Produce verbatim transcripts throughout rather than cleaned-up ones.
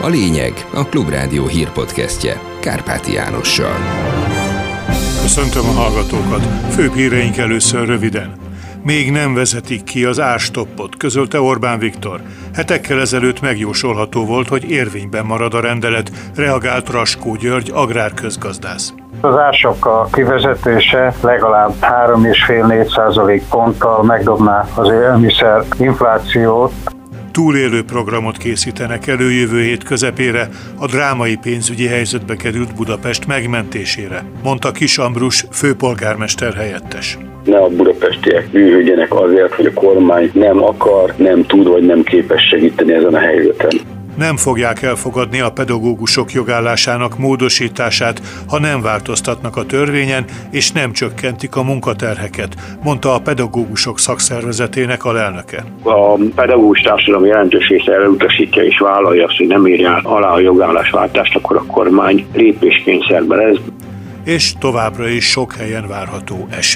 A lényeg a Klubrádió hírpodcastje Kárpáti Jánossal. Köszöntöm a hallgatókat. Főbb híreink először röviden. Még nem vezetik ki az árstoppot, közölte Orbán Viktor. Hetekkel ezelőtt megjósolható volt, hogy érvényben marad a rendelet, reagált Raskó György agrárközgazdász. Az ársapka kivezetése legalább három egész öt-négy százalék ponttal megdobná az élelmiszer inflációt. Túlélő programot készítenek elő jövő hét közepére a drámai pénzügyi helyzetbe került Budapest megmentésére, mondta Kis Ambrus főpolgármester helyettes. Ne a budapestiek bűnhődjenek azért, hogy a kormány nem akar, nem tud vagy nem képes segíteni ezen a helyzeten. Nem fogják elfogadni a pedagógusok jogállásának módosítását, ha nem változtatnak a törvényen és nem csökkentik a munkaterheket, mondta a pedagógusok szakszervezetének alelnöke. A pedagógus társadalom jelentős része elutasítja és vállalja azt, hogy nem érje alá a jogállásváltást, akkor a kormány lépéskényszerbe lesz. És továbbra is sok helyen várható eső.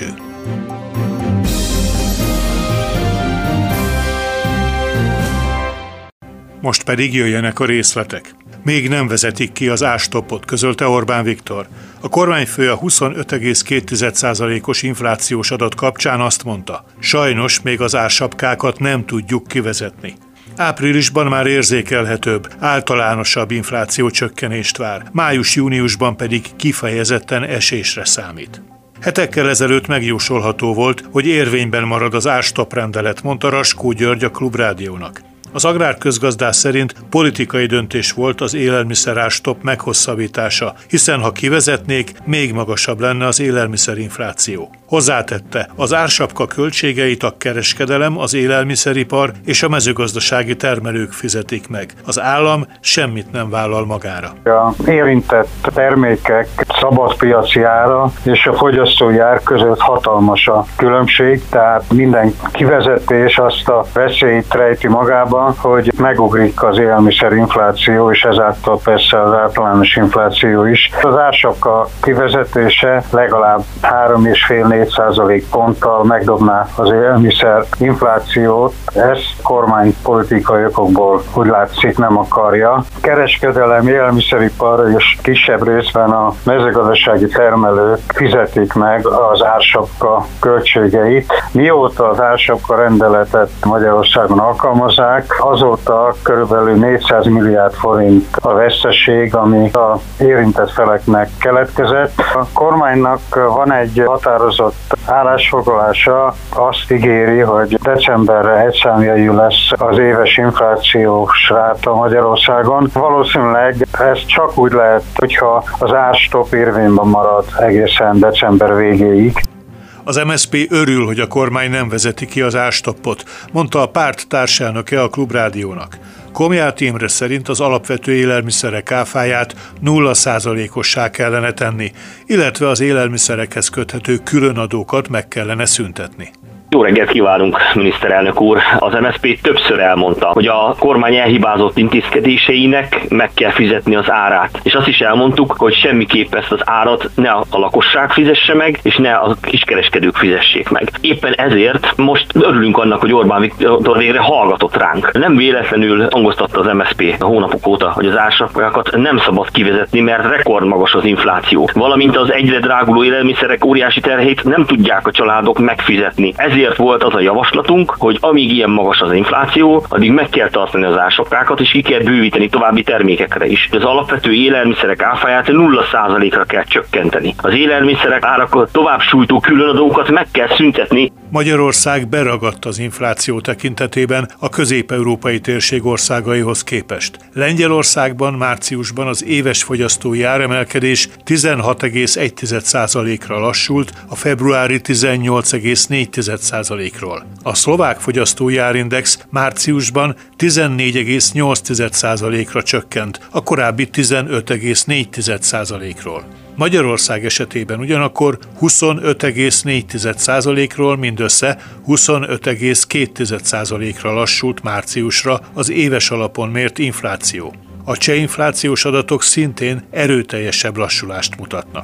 Most pedig jöjjenek a részletek. Még nem vezetik ki az árstoppot, közölte Orbán Viktor. A kormányfő a huszonöt egész két százalékos inflációs adat kapcsán azt mondta, sajnos még az ársapkákat nem tudjuk kivezetni. Áprilisban már érzékelhetőbb, általánosabb inflációcsökkenést vár, május-júniusban pedig kifejezetten esésre számít. Hetekkel ezelőtt megjósolható volt, hogy érvényben marad az árstopp rendelet, mondta Raskó György a Klubrádiónak. Az agrárközgazdász szerint politikai döntés volt az élelmiszerárstopp meghosszabbítása, hiszen ha kivezetnék, még magasabb lenne az élelmiszerinfláció. Hozzátette, az ársapka költségeit a kereskedelem, az élelmiszeripar és a mezőgazdasági termelők fizetik meg. Az állam semmit nem vállal magára. A érintett termékek szabadpiaci ára és a fogyasztói ár között hatalmas a különbség, tehát minden kivezetés azt a veszélyt rejti magában, hogy megugrik az élelmiszerinfláció, és ezáltal persze az általános infláció is. Az ársapka kivezetése legalább három egész öt-négy százalék ponttal megdobná az élelmiszerinflációt. Ezt kormánypolitikai okokból úgy látszik nem akarja. Kereskedelem, élelmiszeripar és kisebb részben a mezőgazdasági termelők fizetik meg az ársapka költségeit. Mióta az ársapka rendeletet Magyarországon alkalmazzák, azóta körülbelül négyszáz milliárd forint a veszteség, ami az érintett feleknek keletkezett. A kormánynak van egy határozott állásfoglalása, azt ígéri, hogy decemberre egyszámjegyű lesz az éves inflációs ráta Magyarországon. Valószínűleg ez csak úgy lehet, hogyha az árstopp érvényben marad egészen december végéig. Az em es zé pé örül, hogy a kormány nem vezeti ki az árstoppot, mondta a párt társelnöke a Klubrádiónak. Komjáth Imre szerint az alapvető élelmiszerek áfáját nulla százalékossá kellene tenni, illetve az élelmiszerekhez köthető különadókat meg kellene szüntetni. Jó reggelt kívánunk, miniszterelnök úr! Az em es zé pé többször elmondta, hogy a kormány elhibázott intézkedéseinek meg kell fizetni az árát. És azt is elmondtuk, hogy semmiképp ezt az árat ne a lakosság fizesse meg, és ne a kiskereskedők fizessék meg. Éppen ezért most örülünk annak, hogy Orbán Viktor végre hallgatott ránk. Nem véletlenül hangoztatta az em es zé pé hónapok óta, hogy az ársapkákat nem szabad kivezetni, mert rekordmagas az infláció. Valamint az egyre dráguló élelmiszerek óriási terhét nem tudják a családok megfizetni. Ezért volt az a javaslatunk, hogy amíg ilyen magas az infláció, addig meg kell tartani az ársapkákat, és ki kell bővíteni további termékekre is. Az alapvető élelmiszerek áfáját nulla százalékra kell csökkenteni. Az élelmiszerek árakat tovább sújtó különadókat meg kell szüntetni. Magyarország beragadt az infláció tekintetében a közép-európai térség országaihoz képest. Lengyelországban márciusban az éves fogyasztói áremelkedés tizenhat egész egy százalékra lassult, a februári tizennyolc egész négy százalékról. A szlovák fogyasztói árindex márciusban tizennégy egész nyolc százalékra csökkent, a korábbi tizenöt egész négy százalékról. Magyarország esetében ugyanakkor huszonöt egész négy százalékról mindössze huszonöt egész két százalékra lassult márciusra az éves alapon mért infláció. A cseh inflációs adatok szintén erőteljesebb lassulást mutatnak.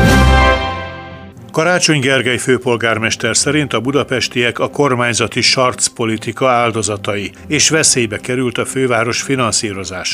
Karácsony Gergely főpolgármester szerint a budapestiek a kormányzati sarcpolitika áldozatai, és veszélybe került a főváros finanszírozása.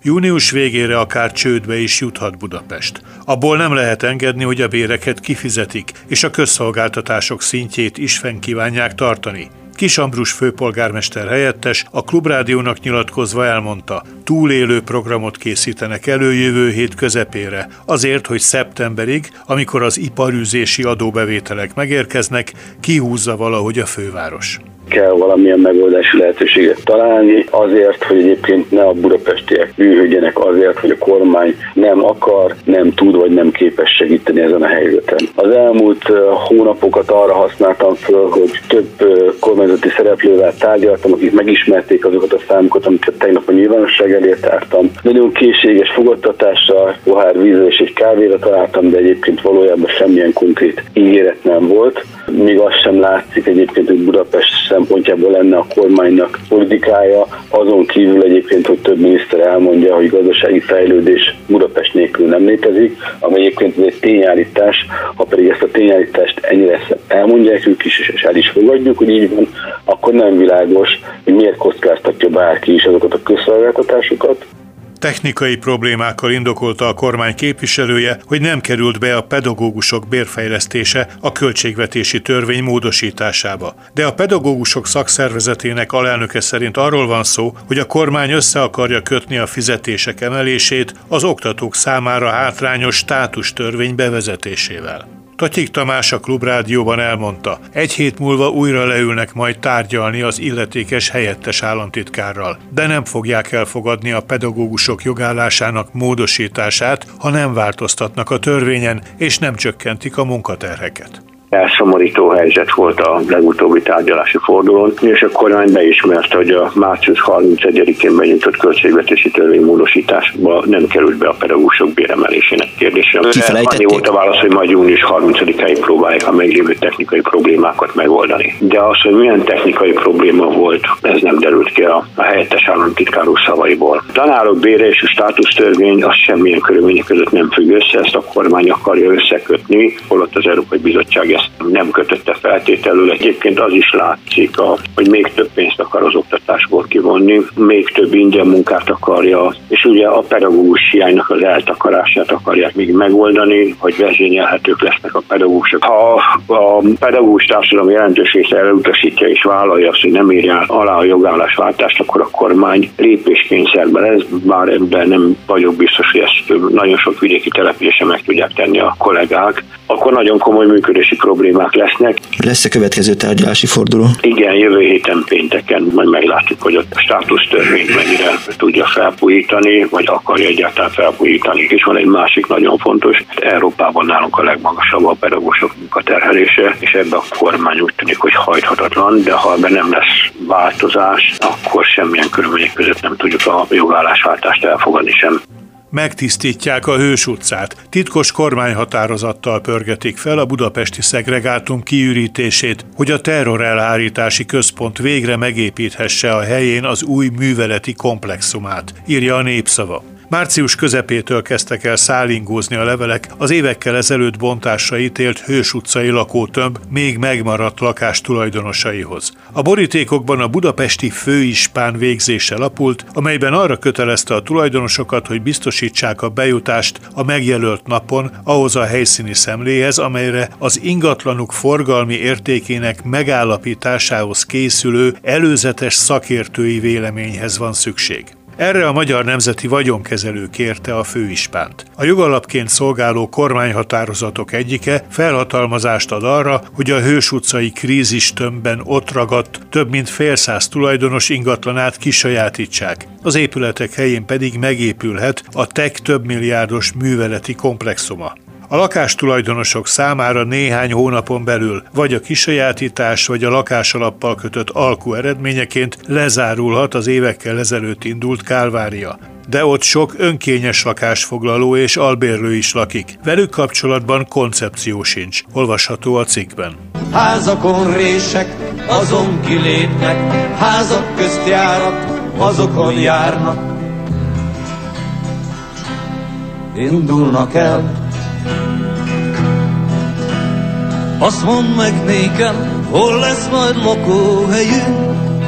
Június végére akár csődbe is juthat Budapest. Abból nem lehet engedni, hogy a béreket kifizetik, és a közszolgáltatások szintjét is fenn kívánják tartani. Kis Ambrus főpolgármester helyettes a Klubrádiónak nyilatkozva elmondta, túlélő programot készítenek elő jövő hét közepére, azért, hogy szeptemberig, amikor az iparűzési adóbevételek megérkeznek, kihúzza valahogy a főváros. Kell valamilyen megoldási lehetőséget találni azért, hogy egyébként ne a budapestiek bűnhődjenek azért, hogy a kormány nem akar, nem tud vagy nem képes segíteni ezen a helyzeten. Az elmúlt hónapokat arra használtam föl, hogy több kormányzati szereplővel tárgyaltam, akik megismerték azokat a számokat, amiket tegnap a nyilvánosság elé tártam. Nagyon készséges fogadtatásra, pohár vízre és egy kávéra találtam, de egyébként valójában semmilyen konkrét ígéret nem volt. Még azt sem látszik egyébként, hogy Budapest szempontjából lenne a kormánynak politikája, azon kívül egyébként, hogy több miniszter elmondja, hogy gazdasági fejlődés Budapest nélkül nem létezik, ami egyébként egy tényállítás, ha pedig ezt a tényállítást ennyire elmondják ők is, és el is fogadjuk, hogy így van, akkor nem világos, hogy miért kockáztatja bárki is azokat a közszolgáltatásokat. Technikai problémákkal indokolta a kormány képviselője, hogy nem került be a pedagógusok bérfejlesztése a költségvetési törvény módosításába. De a pedagógusok szakszervezetének alelnöke szerint arról van szó, hogy a kormány össze akarja kötni a fizetések emelését az oktatók számára hátrányos státustörvény bevezetésével. Tatyik Tamás a Klubrádióban elmondta, egy hét múlva újra leülnek majd tárgyalni az illetékes helyettes államtitkárral, de nem fogják elfogadni a pedagógusok jogállásának módosítását, ha nem változtatnak a törvényen és nem csökkentik a munkaterheket. Elszomorító helyzet volt a legutóbbi tárgyalási fordulón, és a kormány beismerte, hogy a március harmincegyedikén benyújtott költségvetési törvénymódosításba nem került be a pedagógusok béremelésének kérdése. Annyi volt a válasz, hogy majd június harmincadikáig próbálják a meglévő technikai problémákat megoldani. De az, hogy milyen technikai probléma volt, ez nem derült ki a, a helyettes államtitkár úr szavaiból. Tanárok bére és a státusztörvény az semmilyen körülmények között nem függ össze, ezt a kormány akarja összekötni, holott az Európai Bizottság nem kötötte feltételül. Egyébként az is látszik, hogy még több pénzt akar az oktatásból kivonni, még több ingyen munkát akarja, és ugye a pedagógus hiánynak az eltakarását akarják még megoldani, hogy vezényelhetők lesznek a pedagógusok. Ha a pedagógus társadalom jelentős része elutasítja és vállalja azt, hogy nem írja alá a jogállásváltást, akkor a kormány lépéskényszerben lesz, bár ebben nem vagyok biztos, hogy ezt nagyon sok vidéki településen meg tudják tenni a kollégák, akkor nagyon komoly működési problémák lesznek. Lesz a következő tárgyalási forduló? Igen, jövő héten pénteken majd meglátjuk, hogy a státusztörvényt mennyire tudja felpújítani, vagy akarja egyáltalán felpújítani. És van egy másik nagyon fontos, Európában nálunk a legmagasabb a pedagógusok munkaterhelése, és ebben a kormány úgy tűnik, hogy hajthatatlan, de ha ebben nem lesz változás, akkor semmilyen körülmények között nem tudjuk a jogállásváltást elfogadni sem. Megtisztítják a Hős utcát. Titkos kormányhatározattal pörgetik fel a budapesti szegregátum kiürítését, hogy a terrorelhárítási központ végre megépíthesse a helyén az új műveleti komplexumát, írja a Népszava. Március közepétől kezdtek el szállingózni a levelek az évekkel ezelőtt bontásra ítélt Hős utcai lakótömb még megmaradt lakás tulajdonosaihoz. A borítékokban a budapesti főispán végzése lapult, amelyben arra kötelezte a tulajdonosokat, hogy biztosítsák a bejutást a megjelölt napon ahhoz a helyszíni szemléhez, amelyre az ingatlanuk forgalmi értékének megállapításához készülő előzetes szakértői véleményhez van szükség. Erre a Magyar Nemzeti Vagyonkezelő kérte a főispánt. A jogalapként szolgáló kormányhatározatok egyike felhatalmazást ad arra, hogy a Hős utcai krízistömbben ott ragadt több mint fél száz tulajdonos ingatlanát kisajátítsák. Az épületek helyén pedig megépülhet a TEK több milliárdos műveleti komplexuma. A lakástulajdonosok számára néhány hónapon belül vagy a kisajátítás, vagy a lakásalappal kötött alkú eredményeként lezárulhat az évekkel ezelőtt indult kálvária. De ott sok önkényes lakásfoglaló és albérlő is lakik. Velük kapcsolatban koncepció sincs. Olvasható a cikkben. Házakon rések, azon kilépnek, házak közt járat, azokon járnak. Indulnak el. Azt mondd meg nékem, hol lesz majd lakóhelyünk.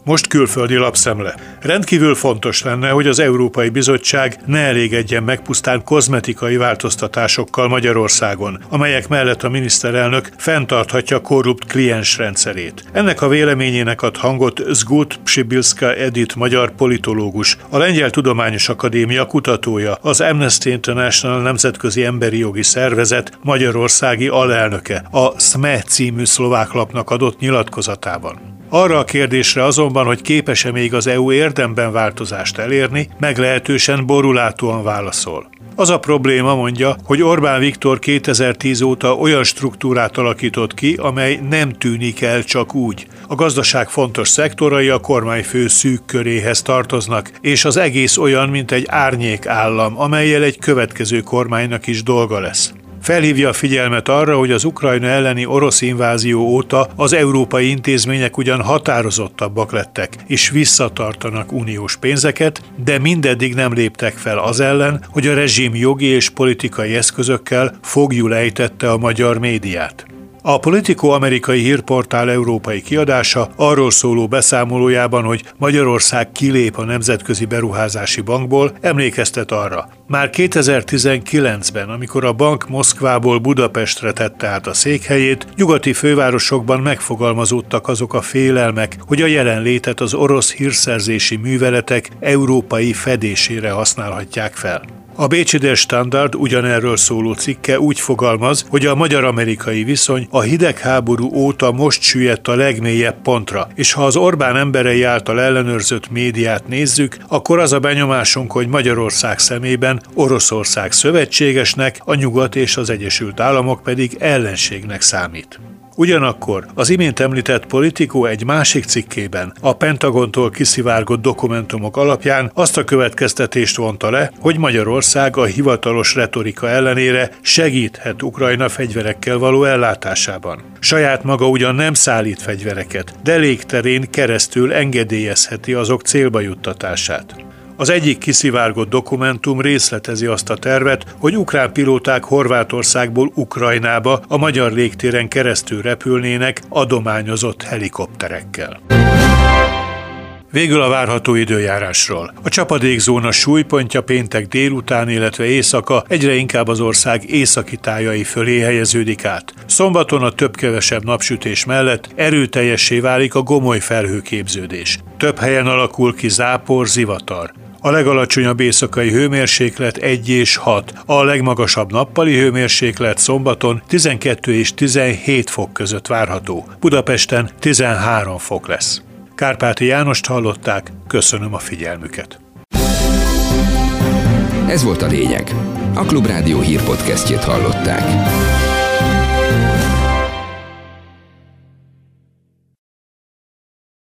Most külföldi lapszemle. Rendkívül fontos lenne, hogy az Európai Bizottság ne elégedjen meg pusztán kozmetikai változtatásokkal Magyarországon, amelyek mellett a miniszterelnök fenntarthatja korrupt kliensrendszerét. Ennek a véleményének ad hangot Zgut Psibilszka Edith magyar politológus, a Lengyel Tudományos Akadémia kutatója, az Amnesty International nemzetközi emberi jogi szervezet magyarországi alelnöke, a es em e című szlovák lapnak adott nyilatkozatában. Arra a kérdésre azonban, hogy képes-e még az é u érdemben változást elérni, meglehetősen borulátóan válaszol. Az a probléma, mondja, hogy Orbán Viktor kétezer-tíz óta olyan struktúrát alakított ki, amely nem tűnik el csak úgy. A gazdaság fontos szektorai a kormányfő szűk köréhez tartoznak, és az egész olyan, mint egy árnyék állam, amellyel egy következő kormánynak is dolga lesz. Felhívja a figyelmet arra, hogy az Ukrajna elleni orosz invázió óta az európai intézmények ugyan határozottabbak lettek, és visszatartanak uniós pénzeket, de mindeddig nem léptek fel az ellen, hogy a rezsim jogi és politikai eszközökkel foglyul ejtette a magyar médiát. A Politico amerikai hírportál európai kiadása arról szóló beszámolójában, hogy Magyarország kilép a Nemzetközi Beruházási Bankból, emlékeztet arra. Már kétezer-tizenkilencben, amikor a bank Moszkvából Budapestre tette át a székhelyét, nyugati fővárosokban megfogalmazódtak azok a félelmek, hogy a jelenlétet az orosz hírszerzési műveletek európai fedésére használhatják fel. A Bécsi Der Standard ugyanerről szóló cikke úgy fogalmaz, hogy a magyar-amerikai viszony a hidegháború óta most süllyedt a legmélyebb pontra, és ha az Orbán emberei által ellenőrzött médiát nézzük, akkor az a benyomásunk, hogy Magyarország szemében Oroszország szövetségesnek, a Nyugat és az Egyesült Államok pedig ellenségnek számít. Ugyanakkor az imént említett Politico egy másik cikkében a Pentagontól kiszivárgott dokumentumok alapján azt a következtetést vonta le, hogy Magyarország a hivatalos retorika ellenére segíthet Ukrajna fegyverekkel való ellátásában. Saját maga ugyan nem szállít fegyvereket, de légterén keresztül engedélyezheti azok célba juttatását. Az egyik kiszivárgott dokumentum részletezi azt a tervet, hogy ukrán pilóták Horvátországból Ukrajnába a magyar légtéren keresztül repülnének adományozott helikopterekkel. Végül a várható időjárásról. A csapadékzóna súlypontja péntek délután, illetve éjszaka egyre inkább az ország északi tájai fölé helyeződik át. Szombaton a több-kevesebb napsütés mellett erőteljessé válik a gomoly felhőképződés. Több helyen alakul ki zápor, zivatar. A legalacsonyabb éjszakai hőmérséklet egy és hat, a legmagasabb nappali hőmérséklet szombaton tizenkettő és tizenhét fok között várható. Budapesten tizenhárom fok lesz. Kárpáti Jánost hallották, köszönöm a figyelmüket. Ez volt a lényeg. A Klubrádió hírpodcastjét hallották.